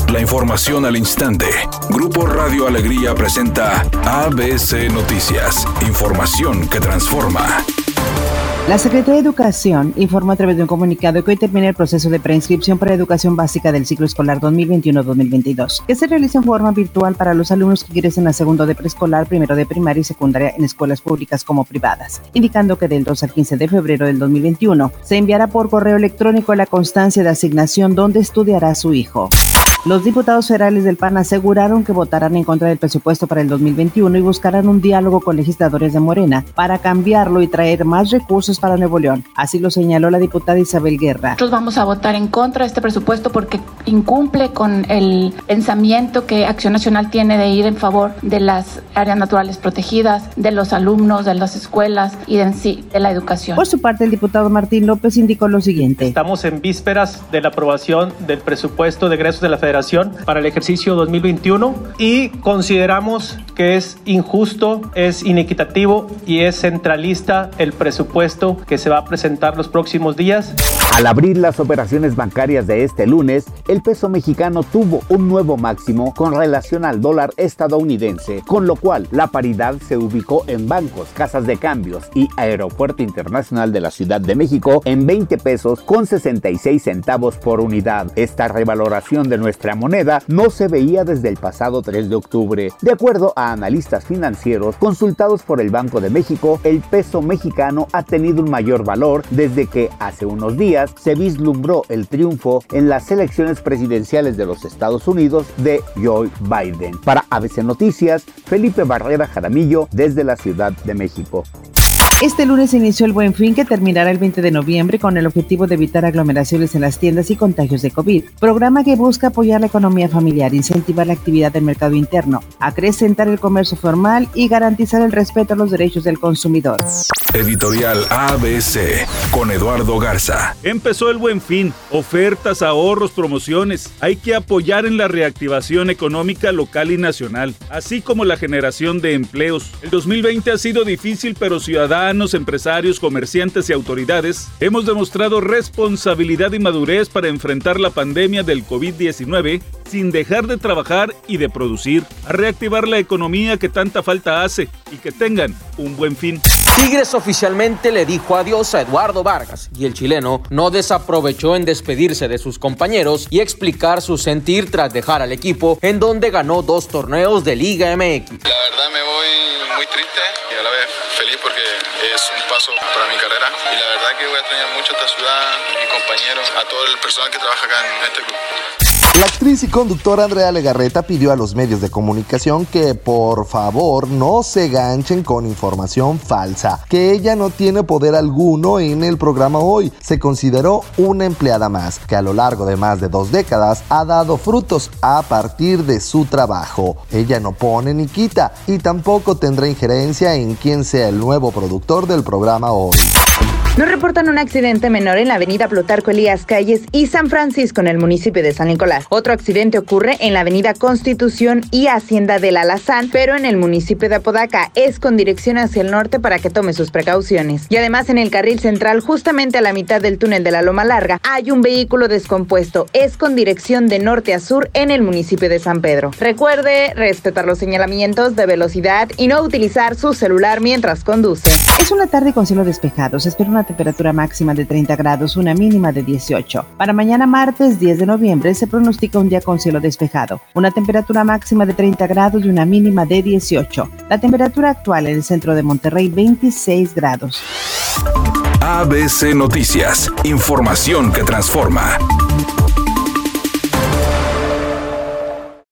La información al instante. Grupo Radio Alegría presenta ABC Noticias. Información que transforma. La Secretaría de Educación informó a través de un comunicado que hoy termina el proceso de preinscripción para educación básica del ciclo escolar 2021-2022, que se realiza en forma virtual para los alumnos que ingresen a segundo de preescolar, primero de primaria y secundaria en escuelas públicas como privadas, indicando que del 2 al 15 de febrero del 2021 se enviará por correo electrónico la constancia de asignación donde estudiará su hijo. Los diputados federales del PAN aseguraron que votarán en contra del presupuesto para el 2021 y buscarán un diálogo con legisladores de Morena para cambiarlo y traer más recursos para Nuevo León. Así lo señaló la diputada Isabel Guerra. Nosotros vamos a votar en contra de este presupuesto porque incumple con el pensamiento que Acción Nacional tiene de ir en favor de las áreas naturales protegidas, de los alumnos, de las escuelas y de la educación. Por su parte, el diputado Martín López indicó lo siguiente. Estamos en vísperas de la aprobación del presupuesto de egresos de la Federación para el ejercicio 2021 y consideramos que es injusto, es inequitativo y es centralista el presupuesto que se va a presentar los próximos días. Al abrir las operaciones bancarias de este lunes, el peso mexicano tuvo un nuevo máximo con relación al dólar estadounidense, con lo cual la paridad se ubicó en bancos, casas de cambios y Aeropuerto Internacional de la Ciudad de México en 20 pesos con 66 centavos por unidad. Esta revaloración de nuestra moneda no se veía desde el pasado 3 de octubre. De acuerdo a analistas financieros consultados por el Banco de México, el peso mexicano ha tenido un mayor valor desde que hace unos días se vislumbró el triunfo en las elecciones presidenciales de los Estados Unidos de Joe Biden. Para ABC Noticias, Felipe Barrera Jaramillo desde la Ciudad de México. Este lunes inició el Buen Fin, que terminará el 20 de noviembre con el objetivo de evitar aglomeraciones en las tiendas y contagios de COVID. Programa que busca apoyar la economía familiar, incentivar la actividad del mercado interno, acrecentar el comercio formal y garantizar el respeto a los derechos del consumidor. Editorial ABC con Eduardo Garza. Empezó el Buen Fin, ofertas, ahorros, promociones. Hay que apoyar en la reactivación económica local y nacional, así como la generación de empleos. El 2020 ha sido difícil, pero ciudadanos, empresarios, comerciantes y autoridades hemos demostrado responsabilidad y madurez para enfrentar la pandemia del COVID-19 sin dejar de trabajar y de producir, a reactivar la economía que tanta falta hace y que tengan un buen fin. Tigres oficialmente le dijo adiós a Eduardo Vargas y el chileno no desaprovechó en despedirse de sus compañeros y explicar su sentir tras dejar al equipo en donde ganó 2 torneos de Liga MX. La verdad me voy muy triste y a la vez feliz porque es un paso para mi carrera y la verdad que voy a extrañar mucho esta ciudad, mis compañeros, a todo el personal que trabaja acá en este club. La actriz y conductora Andrea Legarreta pidió a los medios de comunicación que por favor no se ganchen con información falsa, que ella no tiene poder alguno en el programa hoy. Se consideró una empleada más, que a lo largo de más de 2 décadas ha dado frutos a partir de su trabajo. Ella no pone ni quita y tampoco tendrá injerencia en quién sea el nuevo productor del programa hoy. Nos reportan un accidente menor en la avenida Plutarco Elías Calles y San Francisco en el municipio de San Nicolás. Otro accidente ocurre en la avenida Constitución y Hacienda del Alazán, pero en el municipio de Apodaca. Es con dirección hacia el norte para que tome sus precauciones. Y además en el carril central, justamente a la mitad del túnel de la Loma Larga, hay un vehículo descompuesto. Es con dirección de norte a sur en el municipio de San Pedro. Recuerde respetar los señalamientos de velocidad y no utilizar su celular mientras conduce. Es una tarde con cielo despejado. Se espera una temperatura máxima de 30 grados, una mínima de 18. Para mañana martes 10 de noviembre se pronostica un día con cielo despejado, una temperatura máxima de 30 grados y una mínima de 18. La temperatura actual en el centro de Monterrey, 26 grados. ABC Noticias, información que transforma.